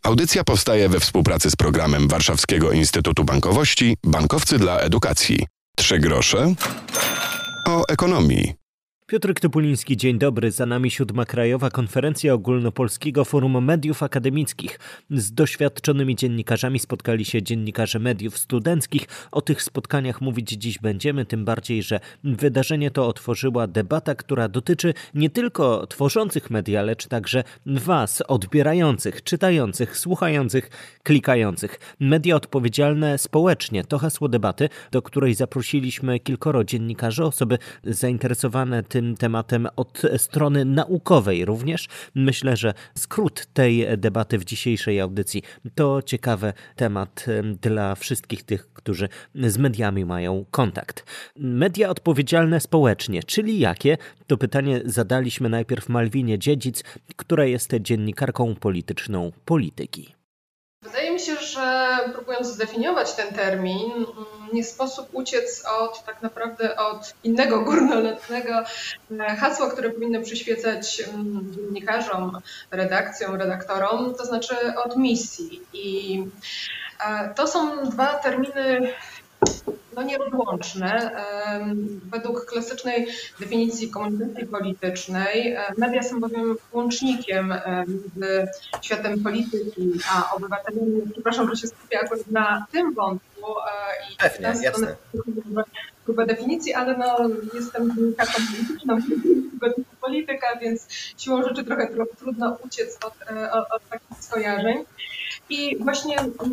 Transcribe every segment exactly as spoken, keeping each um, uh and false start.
Audycja powstaje we współpracy z programem Warszawskiego Instytutu Bankowości Bankowcy dla Edukacji. Trzy grosze o ekonomii. Piotr Topuliński, dzień dobry. Za nami siódma Krajowa Konferencja Ogólnopolskiego Forum Mediów Akademickich. Z doświadczonymi dziennikarzami spotkali się dziennikarze mediów studenckich. O tych spotkaniach mówić dziś będziemy, tym bardziej, że wydarzenie to otworzyła debata, która dotyczy nie tylko tworzących media, lecz także was, odbierających, czytających, słuchających, klikających. Media odpowiedzialne społecznie to hasło debaty, do której zaprosiliśmy kilkoro dziennikarzy, osoby zainteresowane tym tym tematem od strony naukowej również. Myślę, że skrót tej debaty w dzisiejszej audycji to ciekawy temat dla wszystkich tych, którzy z mediami mają kontakt. Media odpowiedzialne społecznie, czyli jakie? To pytanie zadaliśmy najpierw Malwinie Dziedzic, która jest dziennikarką polityczną Polityki. Wydaje mi się, że próbując zdefiniować ten termin, nie sposób uciec od tak naprawdę od innego górnolotnego hasła, które powinno przyświecać dziennikarzom, redakcjom, redaktorom, to znaczy od misji. I to są dwa terminy no nierozłączne. Według klasycznej definicji komunikacji politycznej media są bowiem łącznikiem między światem polityki a obywatelami. Przepraszam, że się skupię akurat na tym wątku i Pewnie, jasne. próbę definicji, ale no, jestem dziennikarką polityczną, polityka, więc siłą rzeczy trochę trudno uciec od, od, od takich skojarzeń. I właśnie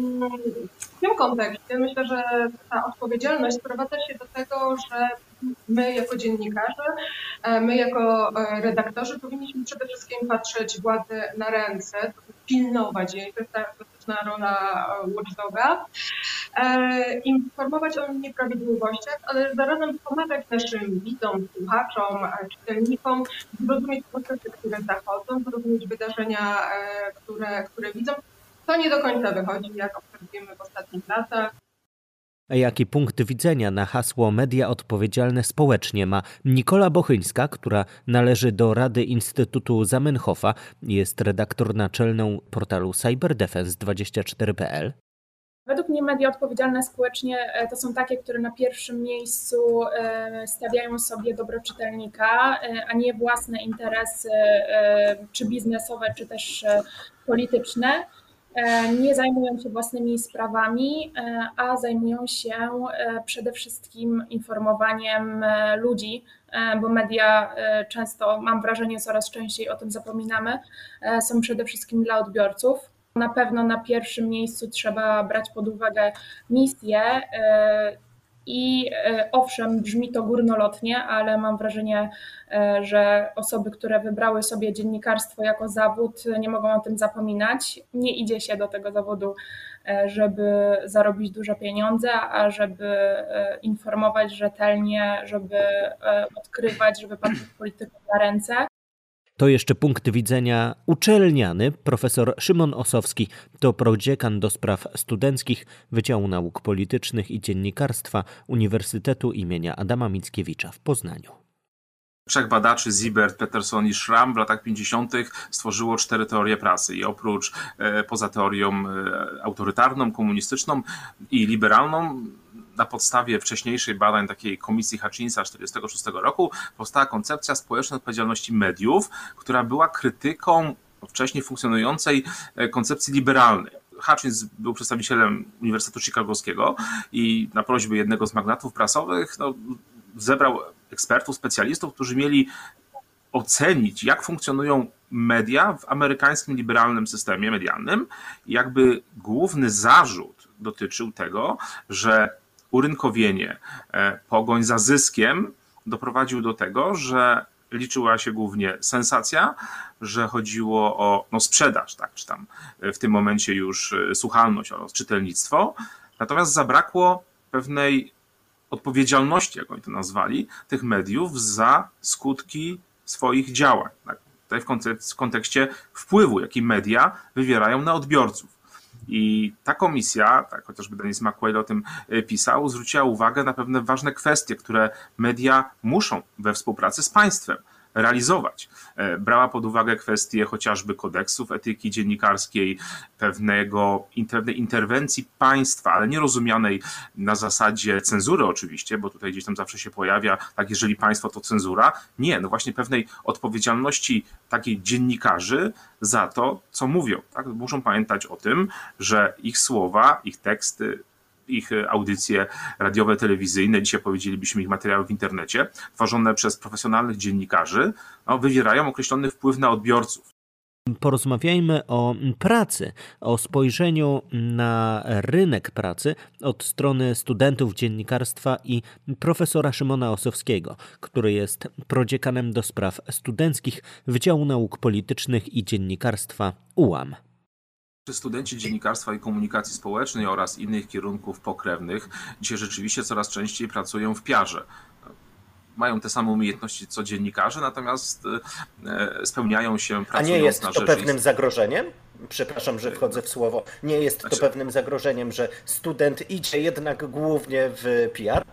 w tym kontekście myślę, że ta odpowiedzialność sprowadza się do tego, że my jako dziennikarze, my jako redaktorzy powinniśmy przede wszystkim patrzeć władzy na ręce, pilnować jej, to jest ta klasyczna rola watchdoga, informować o nieprawidłowościach, ale zarazem pomagać naszym widzom, słuchaczom, czytelnikom zrozumieć procesy, które zachodzą, zrozumieć wydarzenia, które, które widzą. To nie do końca wychodzi, jak obserwujemy w ostatnich latach. A jaki punkt widzenia na hasło media odpowiedzialne społecznie ma Nikola Bochyńska, która należy do Rady Instytutu Zamenhofa, jest redaktor naczelną portalu Cyberdefense dwadzieścia cztery kropka p l. Według mnie media odpowiedzialne społecznie to są takie, które na pierwszym miejscu stawiają sobie dobro czytelnika, a nie własne interesy, czy biznesowe, czy też polityczne. Nie zajmują się własnymi sprawami, a zajmują się przede wszystkim informowaniem ludzi, bo media często, mam wrażenie, coraz częściej o tym zapominamy, są przede wszystkim dla odbiorców. Na pewno na pierwszym miejscu trzeba brać pod uwagę misję i owszem, brzmi to górnolotnie, ale mam wrażenie, że osoby, które wybrały sobie dziennikarstwo jako zawód, nie mogą o tym zapominać. Nie idzie się do tego zawodu, żeby zarobić duże pieniądze, a żeby informować rzetelnie, żeby odkrywać, żeby patrzeć politykom na ręce. To jeszcze punkt widzenia uczelniany. Profesor Szymon Osowski to prodziekan do spraw studenckich Wydziału Nauk Politycznych i Dziennikarstwa Uniwersytetu imienia Adama Mickiewicza w Poznaniu. Trzech badaczy, Zibert, Peterson i Schramm, w latach pięćdziesiątych stworzyło cztery teorie prasy i oprócz, e, poza teorią e, autorytarną, komunistyczną i liberalną, na podstawie wcześniejszych badań takiej komisji Hutchinsa tysiąc dziewięćset czterdziestego szóstego roku powstała koncepcja społecznej odpowiedzialności mediów, która była krytyką wcześniej funkcjonującej koncepcji liberalnej. Hutchins był przedstawicielem Uniwersytetu Chicagowskiego i na prośbę jednego z magnatów prasowych no, zebrał ekspertów, specjalistów, którzy mieli ocenić, jak funkcjonują media w amerykańskim liberalnym systemie medialnym. I jakby główny zarzut dotyczył tego, że urynkowienie, pogoń za zyskiem doprowadził do tego, że liczyła się głównie sensacja, że chodziło o no, sprzedaż, tak, czy tam w tym momencie już słuchalność oraz czytelnictwo, natomiast zabrakło pewnej odpowiedzialności, jak oni to nazwali, tych mediów za skutki swoich działań. Tak? Tutaj w kontekście wpływu, jaki media wywierają na odbiorców. I ta komisja, tak chociażby Denis McQuaid o tym pisał, zwróciła uwagę na pewne ważne kwestie, które media muszą we współpracy z państwem realizować. Brała pod uwagę kwestie chociażby kodeksów etyki dziennikarskiej, pewnego, pewnej interwencji państwa, ale nie rozumianej na zasadzie cenzury oczywiście, bo tutaj gdzieś tam zawsze się pojawia, tak, jeżeli państwo to cenzura. Nie, no właśnie pewnej odpowiedzialności takiej dziennikarzy za to, co mówią. Tak? Muszą pamiętać o tym, że ich słowa, ich teksty, ich audycje radiowe, telewizyjne, dzisiaj powiedzielibyśmy ich materiały w internecie, tworzone przez profesjonalnych dziennikarzy, no, wywierają określony wpływ na odbiorców. Porozmawiajmy o pracy, o spojrzeniu na rynek pracy od strony studentów dziennikarstwa i profesora Szymona Osowskiego, który jest prodziekanem do spraw studenckich Wydziału Nauk Politycznych i Dziennikarstwa U Łam. Studenci dziennikarstwa i komunikacji społecznej oraz innych kierunków pokrewnych dzisiaj rzeczywiście coraz częściej pracują w P R-ze. Mają te same umiejętności co dziennikarze, natomiast spełniają się, pracując A nie jest na to rzecz pewnym zagrożeniem? Przepraszam, że wchodzę w słowo. Nie jest to znaczy... pewnym zagrożeniem, że student idzie jednak głównie w P R?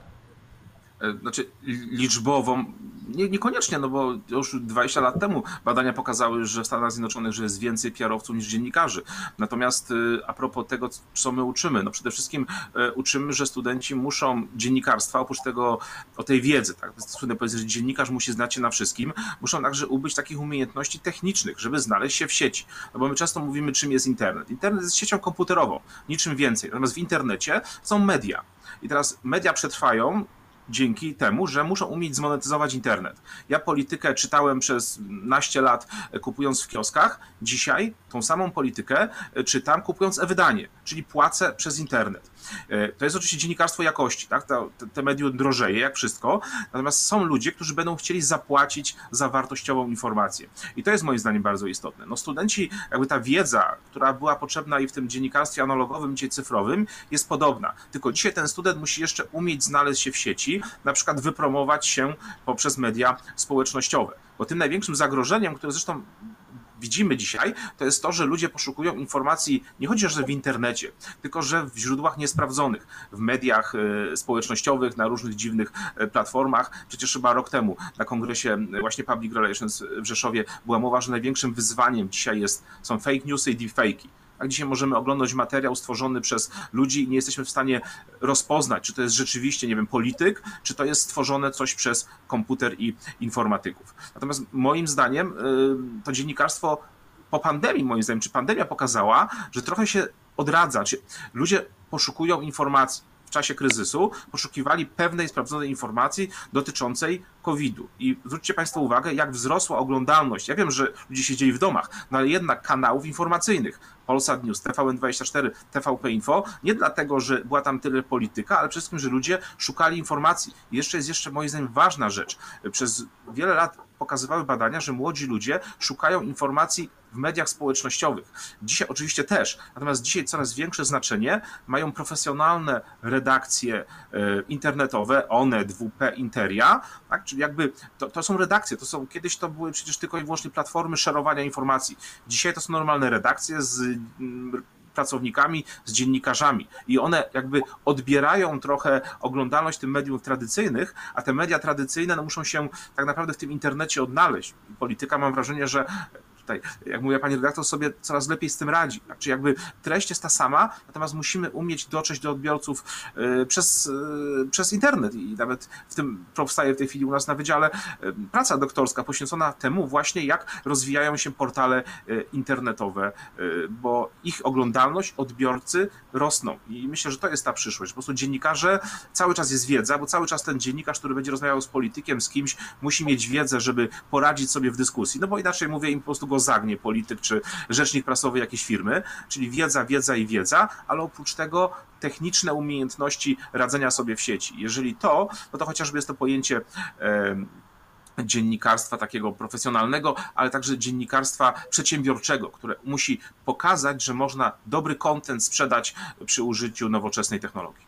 Znaczy liczbowo nie, niekoniecznie, no bo już dwadzieścia lat temu badania pokazały, że w Stanach Zjednoczonych że jest więcej P R-owców niż dziennikarzy. Natomiast a propos tego, co my uczymy, no przede wszystkim uczymy, że studenci muszą dziennikarstwa, oprócz tego, o tej wiedzy, tak, trudno powiedzieć, że dziennikarz musi znać się na wszystkim, muszą także ubyć takich umiejętności technicznych, żeby znaleźć się w sieci. No bo my często mówimy, czym jest internet. Internet jest siecią komputerową, niczym więcej. Natomiast w internecie są media. I teraz media przetrwają dzięki temu, że muszą umieć zmonetyzować internet. Ja politykę czytałem przez naście lat kupując w kioskach. Dzisiaj tą samą politykę czytam kupując e-wydanie, czyli płacę przez internet. To jest oczywiście dziennikarstwo jakości, tak? Te, te medium drożeje, jak wszystko, natomiast są ludzie, którzy będą chcieli zapłacić za wartościową informację. I to jest moim zdaniem bardzo istotne. No studenci, jakby ta wiedza, która była potrzebna i w tym dziennikarstwie analogowym, dzisiaj cyfrowym, jest podobna. Tylko dzisiaj ten student musi jeszcze umieć znaleźć się w sieci, na przykład wypromować się poprzez media społecznościowe. Bo tym największym zagrożeniem, które zresztą widzimy dzisiaj, to jest to, że ludzie poszukują informacji, nie chodzi o że w internecie, tylko że w źródłach niesprawdzonych, w mediach społecznościowych, na różnych dziwnych platformach. Przecież chyba rok temu na kongresie właśnie Public Relations w Rzeszowie była mowa, że największym wyzwaniem dzisiaj jest, są fake newsy i deepfake'i. Tak, dzisiaj możemy oglądać materiał stworzony przez ludzi i nie jesteśmy w stanie rozpoznać, czy to jest rzeczywiście, nie wiem, polityk, czy to jest stworzone coś przez komputer i informatyków. Natomiast moim zdaniem to dziennikarstwo po pandemii, moim zdaniem, czy pandemia pokazała, że trochę się odradza, czy ludzie poszukują informacji. W czasie kryzysu poszukiwali pewnej sprawdzonej informacji dotyczącej kowida. I zwróćcie Państwo uwagę, jak wzrosła oglądalność. Ja wiem, że ludzie siedzieli w domach, no ale jednak kanałów informacyjnych. Polsat News, T V N dwadzieścia cztery, T V P Info. Nie dlatego, że była tam tyle polityka, ale przede wszystkim, że ludzie szukali informacji. I jeszcze jest jeszcze moim zdaniem ważna rzecz. Przez wiele lat pokazywały badania, że młodzi ludzie szukają informacji w mediach społecznościowych. Dzisiaj oczywiście też, natomiast dzisiaj coraz większe znaczenie mają profesjonalne redakcje internetowe, Onet, W P, Interia, tak? Czyli jakby to, to są redakcje, to są, kiedyś to były przecież tylko i wyłącznie platformy szerowania informacji. Dzisiaj to są normalne redakcje z pracownikami, z dziennikarzami i one jakby odbierają trochę oglądalność tym mediów tradycyjnych, a te media tradycyjne no, muszą się tak naprawdę w tym internecie odnaleźć. Polityka, mam wrażenie, że tutaj, jak mówiła pani redaktor, sobie coraz lepiej z tym radzi. Znaczy jakby treść jest ta sama, natomiast musimy umieć dotrzeć do odbiorców przez, przez internet i nawet w tym powstaje w tej chwili u nas na wydziale praca doktorska poświęcona temu właśnie, jak rozwijają się portale internetowe, bo ich oglądalność, odbiorcy rosną i myślę, że to jest ta przyszłość. Po prostu dziennikarze, cały czas jest wiedza, bo cały czas ten dziennikarz, który będzie rozmawiał z politykiem, z kimś, musi mieć wiedzę, żeby poradzić sobie w dyskusji, no bo inaczej mówię im po prostu go zagnie polityk czy rzecznik prasowy jakiejś firmy, czyli wiedza, wiedza i wiedza, ale oprócz tego techniczne umiejętności radzenia sobie w sieci. Jeżeli to, no to chociażby jest to pojęcie e, dziennikarstwa takiego profesjonalnego, ale także dziennikarstwa przedsiębiorczego, które musi pokazać, że można dobry content sprzedać przy użyciu nowoczesnej technologii.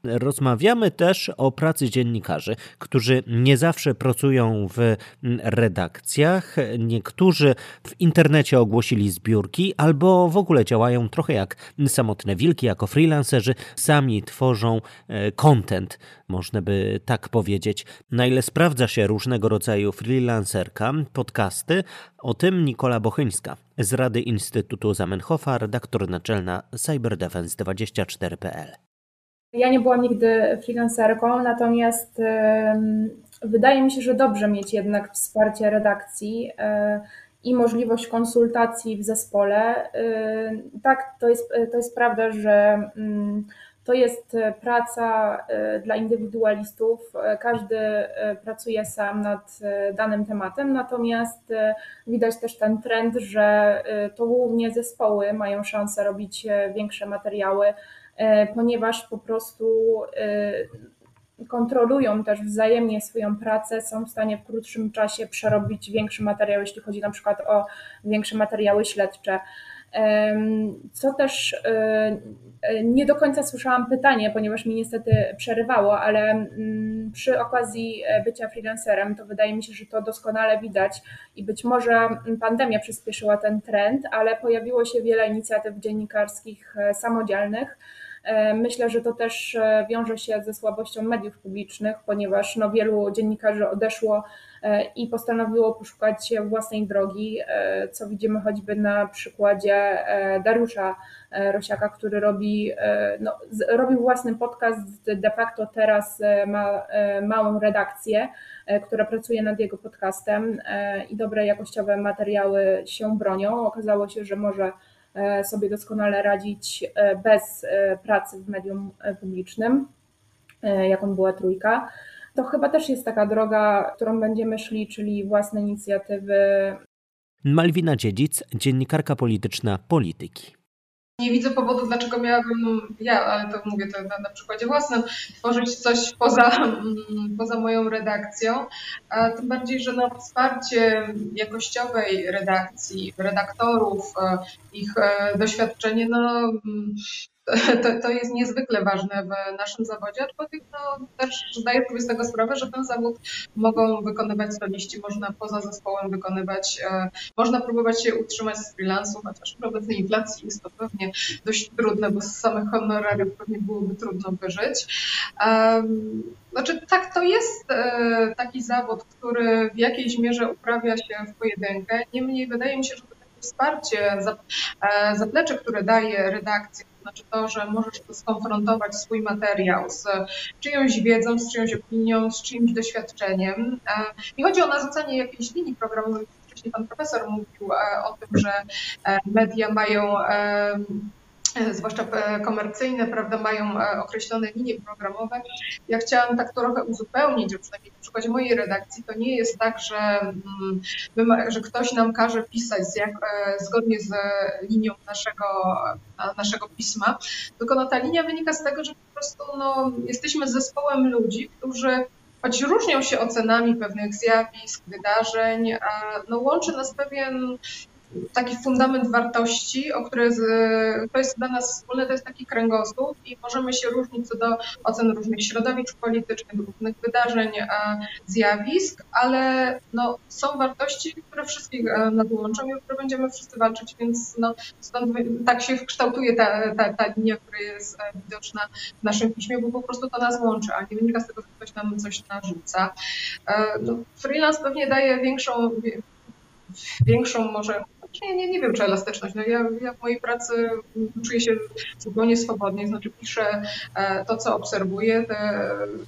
Rozmawiamy też o pracy dziennikarzy, którzy nie zawsze pracują w redakcjach, niektórzy w internecie ogłosili zbiórki albo w ogóle działają trochę jak samotne wilki, jako freelancerzy, sami tworzą content, można by tak powiedzieć. Na ile sprawdza się różnego rodzaju freelancerka, podcasty, o tym Nikola Bochyńska z Rady Instytutu Zamenhofa, redaktor naczelna Cyberdefense dwadzieścia cztery kropka p l. Ja nie byłam nigdy freelancerką, natomiast y, wydaje mi się, że dobrze mieć jednak wsparcie redakcji y, i możliwość konsultacji w zespole. Y, tak, to jest, to jest prawda, że y, to jest praca y, dla indywidualistów. Każdy y, pracuje sam nad y, danym tematem, natomiast y, widać też ten trend, że y, to głównie zespoły mają szansę robić y, większe materiały, ponieważ po prostu kontrolują też wzajemnie swoją pracę, są w stanie w krótszym czasie przerobić większy materiał, jeśli chodzi na przykład o większe materiały śledcze. Co też nie do końca słyszałam pytanie, ponieważ mi niestety przerywało, ale przy okazji bycia freelancerem to wydaje mi się, że to doskonale widać i być może pandemia przyspieszyła ten trend, ale pojawiło się wiele inicjatyw dziennikarskich samodzielnych. Myślę, że to też wiąże się ze słabością mediów publicznych, ponieważ no, wielu dziennikarzy odeszło i postanowiło poszukać własnej drogi, co widzimy choćby na przykładzie Dariusza Rosiaka, który robi, no, robił własny podcast, de facto teraz ma małą redakcję, która pracuje nad jego podcastem i dobre jakościowe materiały się bronią. Okazało się, że może sobie doskonale radzić bez pracy w medium publicznym, jaką była Trójka. To chyba też jest taka droga, którą będziemy szli, czyli własne inicjatywy. Malwina Dziedzic, dziennikarka polityczna Polityki. Nie widzę powodu, dlaczego miałabym ja, ale to mówię to na, na przykładzie własnym, tworzyć coś poza, poza moją redakcją. A tym bardziej, że no, wsparcie jakościowej redakcji, redaktorów, ich doświadczenie, no, to, to jest niezwykle ważne w naszym zawodzie, aczkolwiek no, też zdaję sobie z tego sprawę, że ten zawód mogą wykonywać soliści, można poza zespołem wykonywać, e, można próbować się utrzymać z freelansu, chociaż przy obecnej inflacji jest to pewnie dość trudne, bo z samych honorariów pewnie byłoby trudno wyżyć. E, znaczy tak, to jest e, taki zawód, który w jakiejś mierze uprawia się w pojedynkę, niemniej wydaje mi się, że to takie wsparcie, zaplecze, które daje redakcja, znaczy to, że możesz skonfrontować swój materiał z czyjąś wiedzą, z czyjąś opinią, z czyimś doświadczeniem. Nie chodzi o narzucanie jakiejś linii programowej. Wcześniej pan profesor mówił o tym, że media mają, zwłaszcza komercyjne, prawda, mają określone linie programowe. Ja chciałam tak trochę uzupełnić, że przynajmniej w przykładzie mojej redakcji to nie jest tak, że, że ktoś nam każe pisać z jak, zgodnie z linią naszego, naszego pisma, tylko no, ta linia wynika z tego, że po prostu no, jesteśmy zespołem ludzi, którzy choć różnią się ocenami pewnych zjawisk, wydarzeń, no, łączy nas pewien taki fundament wartości, o które, z, które jest dla nas wspólne, to jest taki kręgosłup i możemy się różnić co do ocen różnych środowisk politycznych, różnych wydarzeń, zjawisk, ale no, są wartości, które wszystkich nas łączą i o które będziemy wszyscy walczyć, więc no, stąd tak się kształtuje ta, ta, ta linia, która jest widoczna w naszym piśmie, bo po prostu to nas łączy, a nie wynika z tego, że ktoś nam coś narzuca. No, freelance pewnie daje większą, większą może Nie, nie, nie wiem, czy elastyczność. No ja, ja w mojej pracy czuję się zupełnie swobodnie, znaczy piszę to, co obserwuję. Te,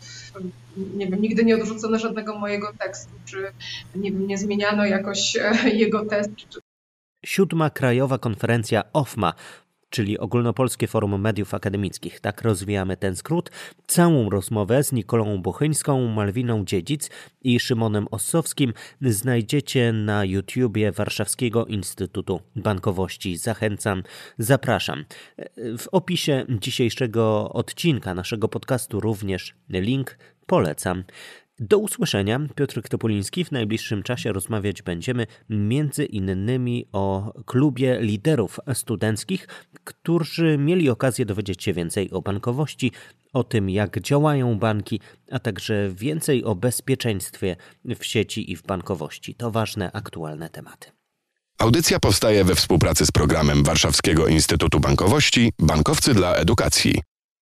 nie wiem, nigdy nie odrzucono żadnego mojego tekstu, czy nie wiem, nie zmieniano jakoś jego test. Czy... Siódma Krajowa Konferencja O F M A, czyli Ogólnopolskie Forum Mediów Akademickich. Tak rozwijamy ten skrót. Całą rozmowę z Nikolą Bochyńską, Malwiną Dziedzic i Szymonem Ossowskim znajdziecie na YouTubie Warszawskiego Instytutu Bankowości. Zachęcam, zapraszam. W opisie dzisiejszego odcinka naszego podcastu również link polecam. Do usłyszenia. Piotr Topuliński. W najbliższym czasie rozmawiać będziemy między innymi o klubie liderów studenckich, którzy mieli okazję dowiedzieć się więcej o bankowości, o tym jak działają banki, a także więcej o bezpieczeństwie w sieci i w bankowości. To ważne, aktualne tematy. Audycja powstaje we współpracy z programem Warszawskiego Instytutu Bankowości Bankowcy dla Edukacji.